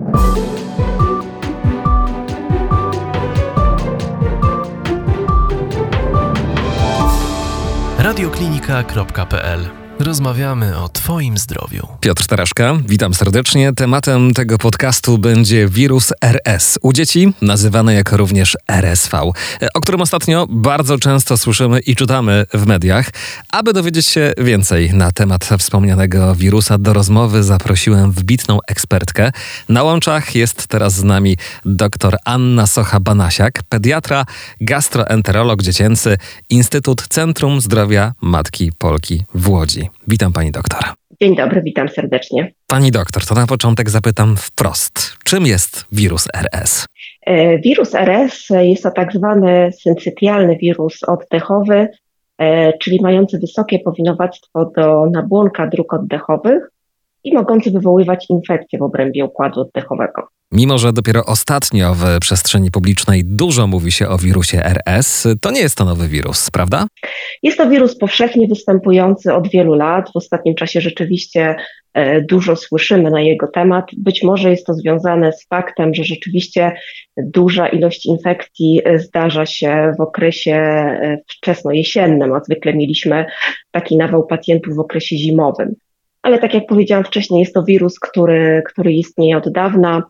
Radioklinika.pl. Rozmawiamy o Twoim zdrowiu. Piotr Taraszka, witam serdecznie. Tematem tego podcastu będzie wirus RS. U dzieci nazywany jako również RSV, o którym ostatnio bardzo często słyszymy i czytamy w mediach. Aby dowiedzieć się więcej na temat wspomnianego wirusa, do rozmowy zaprosiłem wybitną ekspertkę. Na łączach jest teraz z nami dr Anna Socha-Banasiak, pediatra, gastroenterolog dziecięcy, Instytut Centrum Zdrowia Matki Polki w Łodzi. Witam pani doktor. Dzień dobry, witam serdecznie. Pani doktor, to na początek zapytam wprost. Czym jest wirus RS? Wirus RS jest to tak zwany syncytialny wirus oddechowy, czyli mający wysokie powinowactwo do nabłonka dróg oddechowych i mogący wywoływać infekcje w obrębie układu oddechowego. Mimo że dopiero ostatnio w przestrzeni publicznej dużo mówi się o wirusie RS, to nie jest to nowy wirus, prawda? Jest to wirus powszechnie występujący od wielu lat. W ostatnim czasie rzeczywiście dużo słyszymy na jego temat. Być może jest to związane z faktem, że rzeczywiście duża ilość infekcji zdarza się w okresie wczesnojesiennym, a zwykle mieliśmy taki nawał pacjentów w okresie zimowym. Ale tak jak powiedziałam wcześniej, jest to wirus, który istnieje od dawna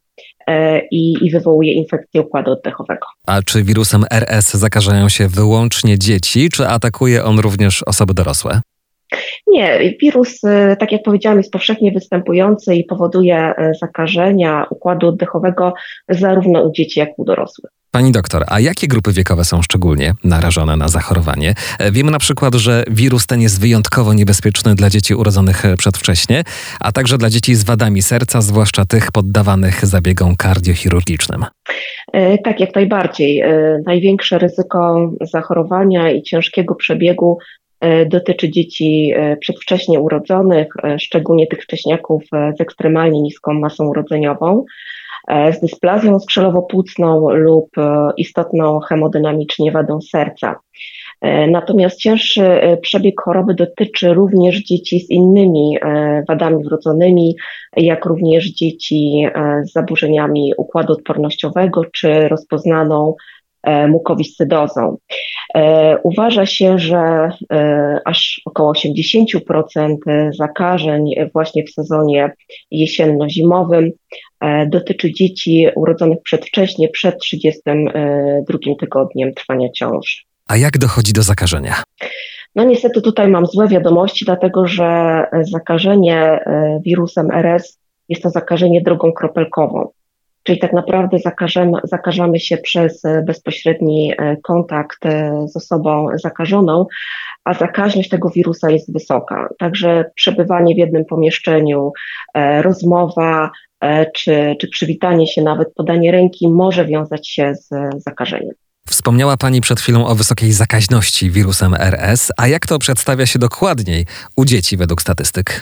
i wywołuje infekcję układu oddechowego. A czy wirusem RS zakażają się wyłącznie dzieci, czy atakuje on również osoby dorosłe? Nie, wirus, tak jak powiedziałam, jest powszechnie występujący i powoduje zakażenia układu oddechowego zarówno u dzieci, jak i u dorosłych. Pani doktor, a jakie grupy wiekowe są szczególnie narażone na zachorowanie? Wiemy na przykład, że wirus ten jest wyjątkowo niebezpieczny dla dzieci urodzonych przedwcześnie, a także dla dzieci z wadami serca, zwłaszcza tych poddawanych zabiegom kardiochirurgicznym. Tak, jak najbardziej. Największe ryzyko zachorowania i ciężkiego przebiegu dotyczy dzieci przedwcześnie urodzonych, szczególnie tych wcześniaków z ekstremalnie niską masą urodzeniową, z dysplazją skrzelowo-płucną lub istotną hemodynamicznie wadą serca. Natomiast cięższy przebieg choroby dotyczy również dzieci z innymi wadami wrodzonymi, jak również dzieci z zaburzeniami układu odpornościowego czy rozpoznaną mukowiscydozą. Uważa się, że aż około 80% zakażeń właśnie w sezonie jesienno-zimowym dotyczy dzieci urodzonych przedwcześnie, przed 32 tygodniem trwania ciąży. A jak dochodzi do zakażenia? No niestety tutaj mam złe wiadomości, dlatego że zakażenie wirusem RS jest to zakażenie drogą kropelkową. Czyli tak naprawdę zakażamy się przez bezpośredni kontakt z osobą zakażoną, a zakaźność tego wirusa jest wysoka. Także przebywanie w jednym pomieszczeniu, rozmowa czy przywitanie się, nawet podanie ręki może wiązać się z zakażeniem. Wspomniała Pani przed chwilą o wysokiej zakaźności wirusem RS, a jak to przedstawia się dokładniej u dzieci według statystyk?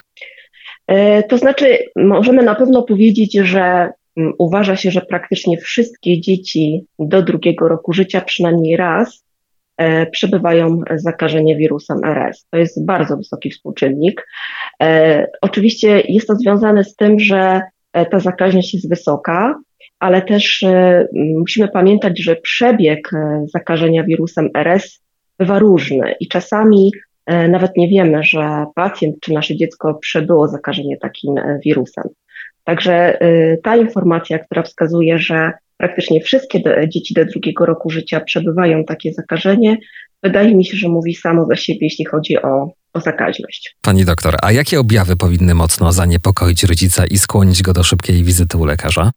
To znaczy, możemy na pewno powiedzieć, że uważa się, że praktycznie wszystkie dzieci do 2 roku życia przynajmniej raz przebywają zakażenie wirusem RS. To jest bardzo wysoki współczynnik. Oczywiście jest to związane z tym, że ta zakaźność jest wysoka, ale też musimy pamiętać, że przebieg zakażenia wirusem RS bywa różny i czasami nawet nie wiemy, że pacjent czy nasze dziecko przebyło zakażenie takim wirusem. Także ta informacja, która wskazuje, że praktycznie wszystkie dzieci do 2 roku życia przebywają takie zakażenie, wydaje mi się, że mówi samo za siebie, jeśli chodzi o zakaźność. Pani doktor, a jakie objawy powinny mocno zaniepokoić rodzica i skłonić go do szybkiej wizyty u lekarza?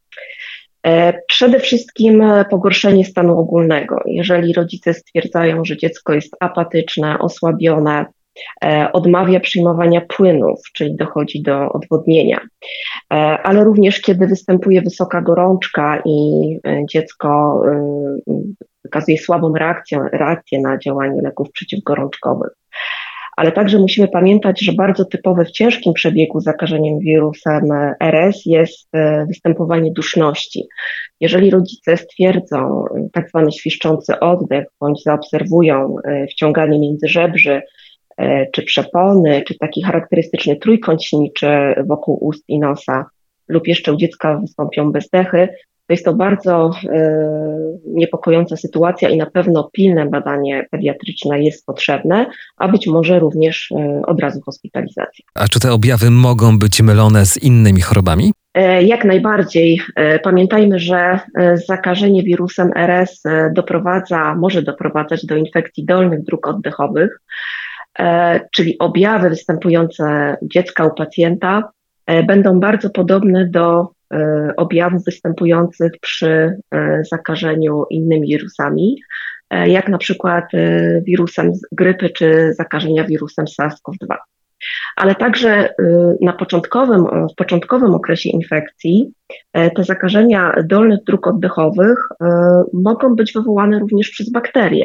Przede wszystkim pogorszenie stanu ogólnego. Jeżeli rodzice stwierdzają, że dziecko jest apatyczne, osłabione, odmawia przyjmowania płynów, czyli dochodzi do odwodnienia, ale również kiedy występuje wysoka gorączka i dziecko wykazuje słabą reakcję na działanie leków przeciwgorączkowych. Ale także musimy pamiętać, że bardzo typowe w ciężkim przebiegu zakażeniem wirusem RS jest występowanie duszności. Jeżeli rodzice stwierdzą tak zwany świszczący oddech, bądź zaobserwują wciąganie między żebrzy, czy przepony, czy taki charakterystyczny trójkąt siniczy wokół ust i nosa, lub jeszcze u dziecka wystąpią bezdechy, to jest to bardzo niepokojąca sytuacja i na pewno pilne badanie pediatryczne jest potrzebne, a być może również od razu hospitalizacja. A czy te objawy mogą być mylone z innymi chorobami? Jak najbardziej. Pamiętajmy, że zakażenie wirusem RS może doprowadzać do infekcji dolnych dróg oddechowych, czyli objawy występujące u dziecka, u pacjenta będą bardzo podobne do objawów występujących przy zakażeniu innymi wirusami, jak na przykład wirusem grypy czy zakażenia wirusem SARS-CoV-2. Ale także w początkowym okresie infekcji te zakażenia dolnych dróg oddechowych mogą być wywołane również przez bakterie.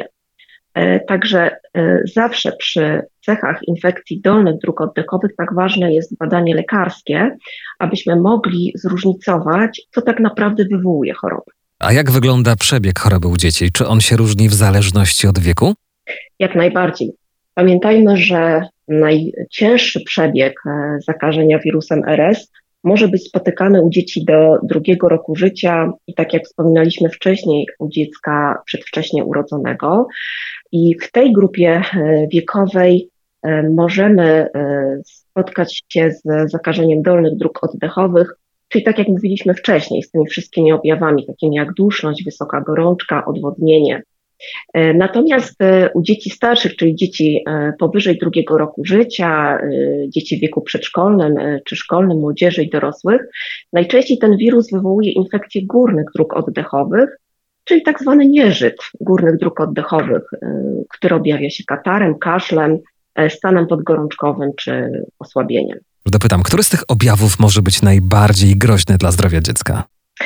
Także zawsze przy cechach infekcji dolnych dróg oddechowych tak ważne jest badanie lekarskie, abyśmy mogli zróżnicować, co tak naprawdę wywołuje chorobę. A jak wygląda przebieg choroby u dzieci? Czy on się różni w zależności od wieku? Jak najbardziej. Pamiętajmy, że najcięższy przebieg zakażenia wirusem RS może być spotykany u dzieci do 2 roku życia i tak jak wspominaliśmy wcześniej, u dziecka przedwcześnie urodzonego. I w tej grupie wiekowej możemy spotkać się z zakażeniem dolnych dróg oddechowych, czyli tak jak mówiliśmy wcześniej, z tymi wszystkimi objawami, takimi jak duszność, wysoka gorączka, odwodnienie. Natomiast u dzieci starszych, czyli dzieci powyżej 2 roku życia, dzieci w wieku przedszkolnym czy szkolnym, młodzieży i dorosłych, najczęściej ten wirus wywołuje infekcje górnych dróg oddechowych, czyli tak zwany nieżyt górnych dróg oddechowych, który objawia się katarem, kaszlem, stanem podgorączkowym czy osłabieniem. Dopytam, który z tych objawów może być najbardziej groźny dla zdrowia dziecka?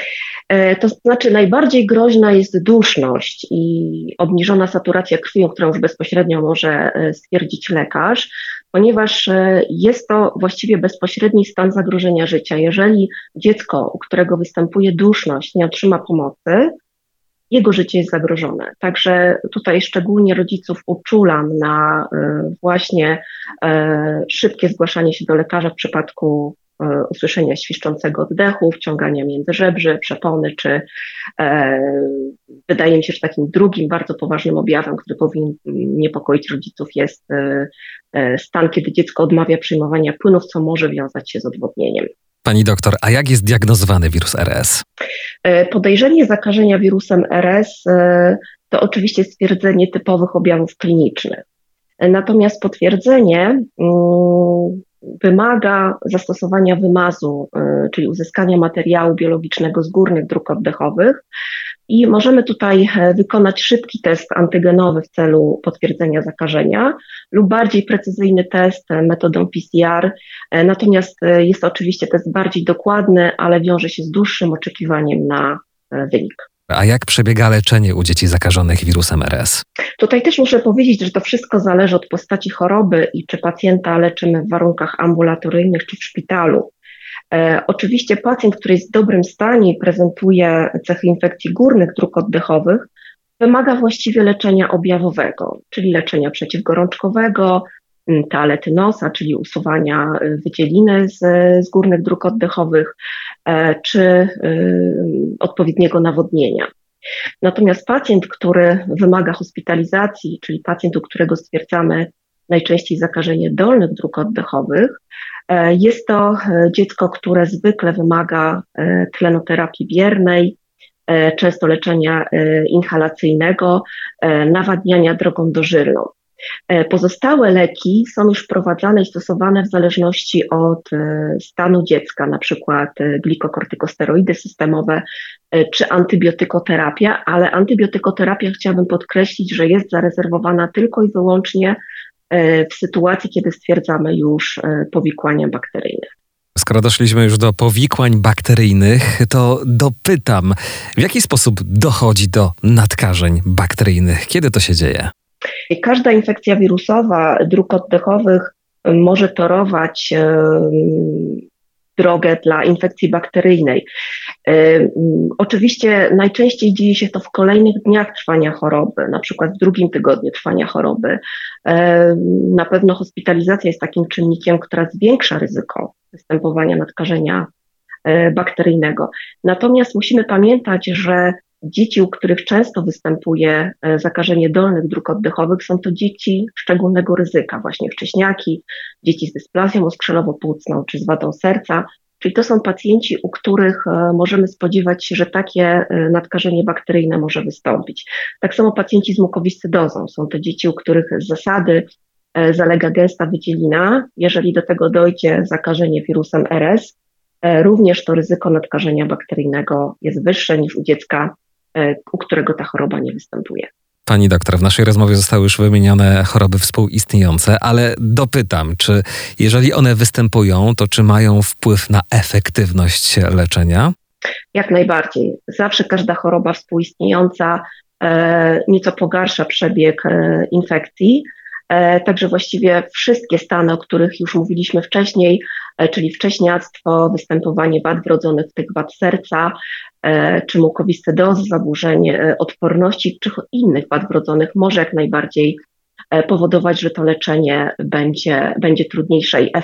To znaczy najbardziej groźna jest duszność i obniżona saturacja krwi, którą już bezpośrednio może stwierdzić lekarz, ponieważ jest to właściwie bezpośredni stan zagrożenia życia. Jeżeli dziecko, u którego występuje duszność, nie otrzyma pomocy, jego życie jest zagrożone. Także tutaj szczególnie rodziców uczulam na właśnie szybkie zgłaszanie się do lekarza w przypadku usłyszenia świszczącego oddechu, wciągania między żebrzy, przepony, czy wydaje mi się, że takim drugim bardzo poważnym objawem, który powinien niepokoić rodziców, jest stan, kiedy dziecko odmawia przyjmowania płynów, co może wiązać się z odwodnieniem. Pani doktor, a jak jest diagnozowany wirus RS? Podejrzenie zakażenia wirusem RS to oczywiście stwierdzenie typowych objawów klinicznych. Natomiast potwierdzenie wymaga zastosowania wymazu, czyli uzyskania materiału biologicznego z górnych dróg oddechowych i możemy tutaj wykonać szybki test antygenowy w celu potwierdzenia zakażenia lub bardziej precyzyjny test metodą PCR. Natomiast jest to oczywiście test bardziej dokładny, ale wiąże się z dłuższym oczekiwaniem na wynik. A jak przebiega leczenie u dzieci zakażonych wirusem RS? Tutaj też muszę powiedzieć, że to wszystko zależy od postaci choroby i czy pacjenta leczymy w warunkach ambulatoryjnych czy w szpitalu. Oczywiście pacjent, który jest w dobrym stanie i prezentuje cechy infekcji górnych dróg oddechowych, wymaga właściwie leczenia objawowego, czyli leczenia przeciwgorączkowego, toalety nosa, czyli usuwania wydzieliny z górnych dróg oddechowych, czy odpowiedniego nawodnienia. Natomiast pacjent, który wymaga hospitalizacji, czyli pacjent, u którego stwierdzamy najczęściej zakażenie dolnych dróg oddechowych, jest to dziecko, które zwykle wymaga tlenoterapii biernej, często leczenia inhalacyjnego, nawadniania drogą dożylną. Pozostałe leki są już wprowadzane i stosowane w zależności od stanu dziecka, na przykład glikokortykosteroidy systemowe czy antybiotykoterapia, ale antybiotykoterapia chciałabym podkreślić, że jest zarezerwowana tylko i wyłącznie w sytuacji, kiedy stwierdzamy już powikłania bakteryjne. Skoro doszliśmy już do powikłań bakteryjnych, to dopytam, w jaki sposób dochodzi do nadkażeń bakteryjnych? Kiedy to się dzieje? Każda infekcja wirusowa dróg oddechowych może torować drogę dla infekcji bakteryjnej. Oczywiście najczęściej dzieje się to w kolejnych dniach trwania choroby, na przykład w 2. tygodniu trwania choroby. Na pewno hospitalizacja jest takim czynnikiem, który zwiększa ryzyko występowania nadkażenia bakteryjnego. Natomiast musimy pamiętać, że dzieci, u których często występuje zakażenie dolnych dróg oddechowych, są to dzieci szczególnego ryzyka, właśnie wcześniaki, dzieci z dysplazją oskrzelowo-płucną czy z wadą serca, czyli to są pacjenci, u których możemy spodziewać się, że takie nadkażenie bakteryjne może wystąpić. Tak samo pacjenci z mukowiscydozą, są to dzieci, u których z zasady zalega gęsta wydzielina. Jeżeli do tego dojdzie zakażenie wirusem RS, również to ryzyko nadkażenia bakteryjnego jest wyższe niż u dziecka, u którego ta choroba nie występuje. Pani doktor, w naszej rozmowie zostały już wymienione choroby współistniejące, ale dopytam, czy jeżeli one występują, to czy mają wpływ na efektywność leczenia? Jak najbardziej. Zawsze każda choroba współistniejąca nieco pogarsza przebieg infekcji. Także właściwie wszystkie stany, o których już mówiliśmy wcześniej, czyli wcześniactwo, występowanie wad wrodzonych, w tych wad serca, czy mukowiscydozy, zaburzeń odporności, czy innych wad wrodzonych, może jak najbardziej powodować, że to leczenie będzie trudniejsze i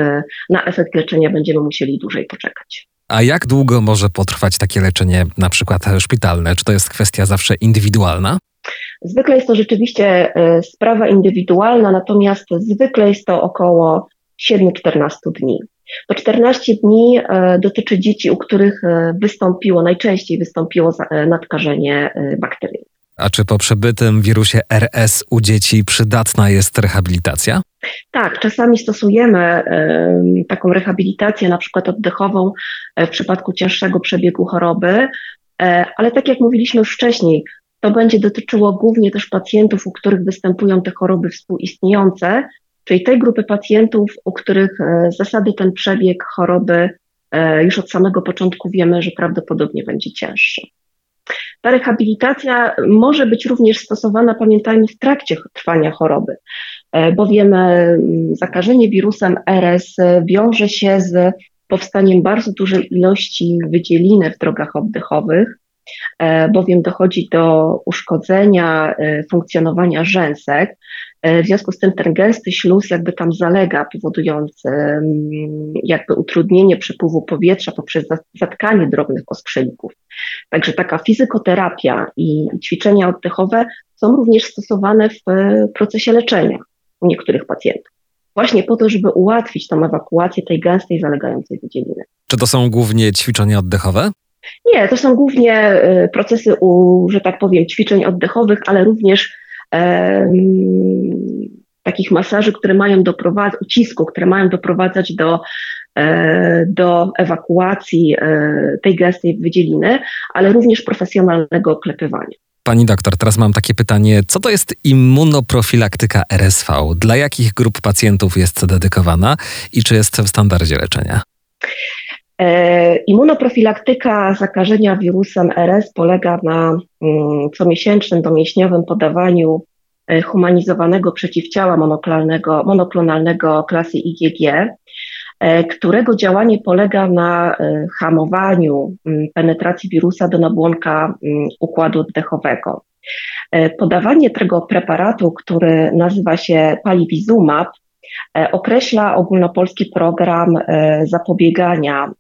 na efekt leczenia będziemy musieli dłużej poczekać. A jak długo może potrwać takie leczenie, na przykład szpitalne? Czy to jest kwestia zawsze indywidualna? Zwykle jest to rzeczywiście sprawa indywidualna, natomiast zwykle jest to około 7-14 dni. To 14 dni dotyczy dzieci, u których najczęściej wystąpiło nadkażenie bakteryjne. A czy po przebytym wirusie RS u dzieci przydatna jest rehabilitacja? Tak, czasami stosujemy taką rehabilitację, na przykład oddechową w przypadku cięższego przebiegu choroby, ale tak jak mówiliśmy już wcześniej, to będzie dotyczyło głównie też pacjentów, u których występują te choroby współistniejące, czyli tej grupy pacjentów, u których z zasady ten przebieg choroby już od samego początku wiemy, że prawdopodobnie będzie cięższy. Ta rehabilitacja może być również stosowana, pamiętajmy, w trakcie trwania choroby, bowiem zakażenie wirusem RS wiąże się z powstaniem bardzo dużej ilości wydzieliny w drogach oddechowych, bowiem dochodzi do uszkodzenia funkcjonowania rzęsek. W związku z tym ten gęsty śluz jakby tam zalega, powodując jakby utrudnienie przepływu powietrza poprzez zatkanie drobnych oskrzelików. Także taka fizykoterapia i ćwiczenia oddechowe są również stosowane w procesie leczenia u niektórych pacjentów. Właśnie po to, żeby ułatwić tą ewakuację tej gęstej, zalegającej wydzieliny. Czy to są głównie ćwiczenia oddechowe? Nie, to są głównie procesy że tak powiem, ćwiczeń oddechowych, ale również takich masaży, ucisku, które mają doprowadzać do ewakuacji tej gęstej wydzieliny, ale również profesjonalnego oklepywania. Pani doktor, teraz mam takie pytanie. Co to jest immunoprofilaktyka RSV? Dla jakich grup pacjentów jest dedykowana i czy jest w standardzie leczenia? Immunoprofilaktyka zakażenia wirusem RS polega na comiesięcznym domięśniowym podawaniu humanizowanego przeciwciała monoklonalnego klasy IgG, którego działanie polega na hamowaniu penetracji wirusa do nabłonka układu oddechowego. Podawanie tego preparatu, który nazywa się Palivizumab, określa ogólnopolski program zapobiegania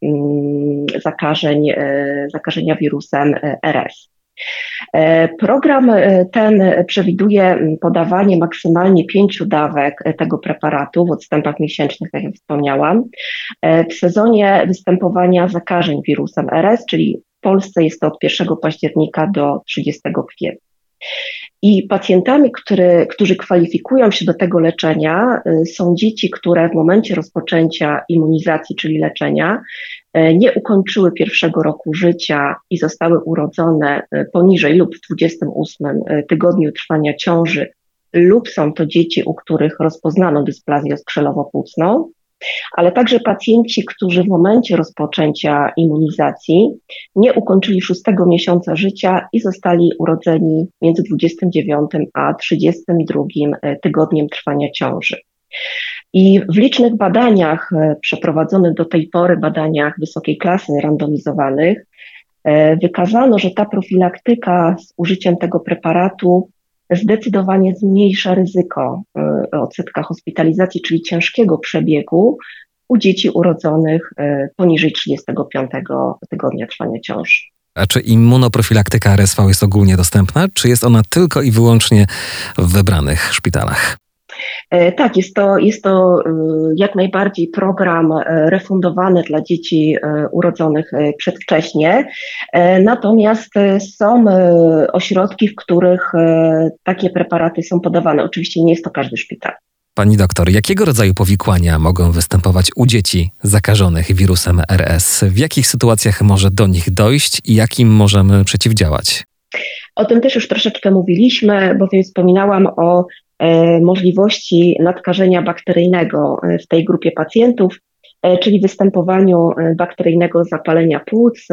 zakażenia wirusem RS. Program ten przewiduje podawanie maksymalnie 5 dawek tego preparatu w odstępach miesięcznych, tak jak wspomniałam, w sezonie występowania zakażeń wirusem RS, czyli w Polsce jest to od 1 października do 30 kwietnia. I pacjentami, którzy kwalifikują się do tego leczenia, są dzieci, które w momencie rozpoczęcia immunizacji, czyli leczenia, nie ukończyły 1 roku życia i zostały urodzone poniżej lub w 28 tygodniu trwania ciąży, lub są to dzieci, u których rozpoznano dysplazję skrzelowo-płucną, ale także pacjenci, którzy w momencie rozpoczęcia immunizacji nie ukończyli 6 miesiąca życia i zostali urodzeni między 29 a 32 tygodniem trwania ciąży. I w licznych badaniach przeprowadzonych do tej pory, badaniach wysokiej klasy randomizowanych, wykazano, że ta profilaktyka z użyciem tego preparatu zdecydowanie zmniejsza ryzyko odsetka hospitalizacji, czyli ciężkiego przebiegu u dzieci urodzonych poniżej 35 tygodnia trwania ciąży. A czy immunoprofilaktyka RSV jest ogólnie dostępna, czy jest ona tylko i wyłącznie w wybranych szpitalach? Tak, jest to jak najbardziej program refundowany dla dzieci urodzonych przedwcześnie, natomiast są ośrodki, w których takie preparaty są podawane. Oczywiście nie jest to każdy szpital. Pani doktor, jakiego rodzaju powikłania mogą występować u dzieci zakażonych wirusem RS? W jakich sytuacjach może do nich dojść i jakim możemy przeciwdziałać? O tym też już troszeczkę mówiliśmy, bowiem wspominałam o możliwości nadkażenia bakteryjnego w tej grupie pacjentów, czyli występowaniu bakteryjnego zapalenia płuc.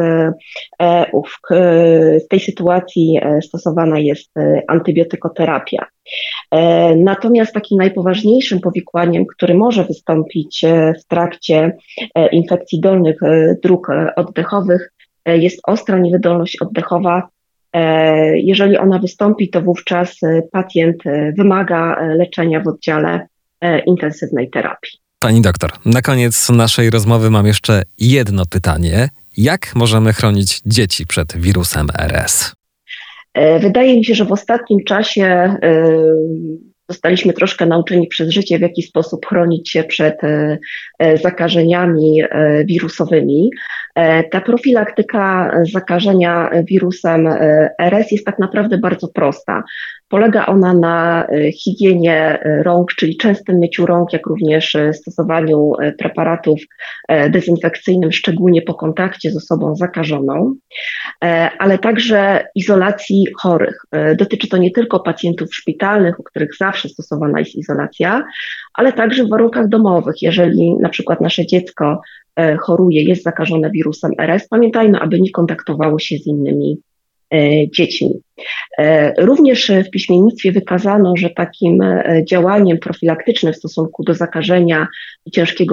W tej sytuacji stosowana jest antybiotykoterapia. Natomiast takim najpoważniejszym powikłaniem, który może wystąpić w trakcie infekcji dolnych dróg oddechowych, jest ostra niewydolność oddechowa. Jeżeli ona wystąpi, to wówczas pacjent wymaga leczenia w oddziale intensywnej terapii. Pani doktor, na koniec naszej rozmowy mam jeszcze jedno pytanie. Jak możemy chronić dzieci przed wirusem RS? Wydaje mi się, że w ostatnim czasie zostaliśmy troszkę nauczeni przez życie, w jaki sposób chronić się przed zakażeniami wirusowymi. Ta profilaktyka zakażenia wirusem RS jest tak naprawdę bardzo prosta. Polega ona na higienie rąk, czyli częstym myciu rąk, jak również stosowaniu preparatów dezynfekcyjnych, szczególnie po kontakcie z osobą zakażoną, ale także izolacji chorych. Dotyczy to nie tylko pacjentów szpitalnych, u których zawsze stosowana jest izolacja, ale także w warunkach domowych. Jeżeli na przykład nasze dziecko choruje, jest zakażone wirusem RS, pamiętajmy, aby nie kontaktowało się z innymi dziećmi. Również w piśmiennictwie wykazano, że takim działaniem profilaktycznym w stosunku do zakażenia i ciężkiego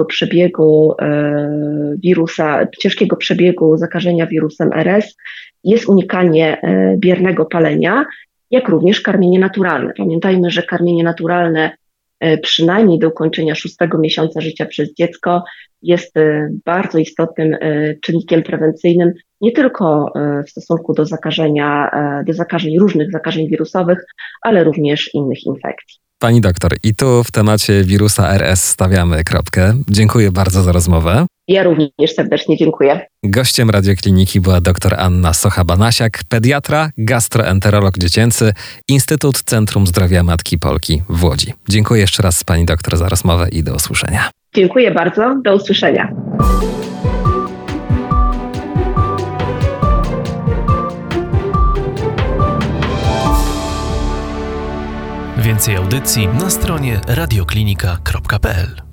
przebiegu zakażenia wirusem RS jest unikanie biernego palenia, jak również karmienie naturalne. Pamiętajmy, że karmienie naturalne przynajmniej do ukończenia 6 miesiąca życia przez dziecko jest bardzo istotnym czynnikiem prewencyjnym, nie tylko w stosunku do różnych zakażeń wirusowych, ale również innych infekcji. Pani doktor, i tu w temacie wirusa RS stawiamy kropkę. Dziękuję bardzo za rozmowę. Ja również serdecznie dziękuję. Gościem Radiokliniki była dr Anna Socha-Banasiak, pediatra, gastroenterolog dziecięcy, Instytut Centrum Zdrowia Matki Polki w Łodzi. Dziękuję jeszcze raz pani doktor za rozmowę i do usłyszenia. Dziękuję bardzo, do usłyszenia. Więcej audycji na stronie radioklinika.pl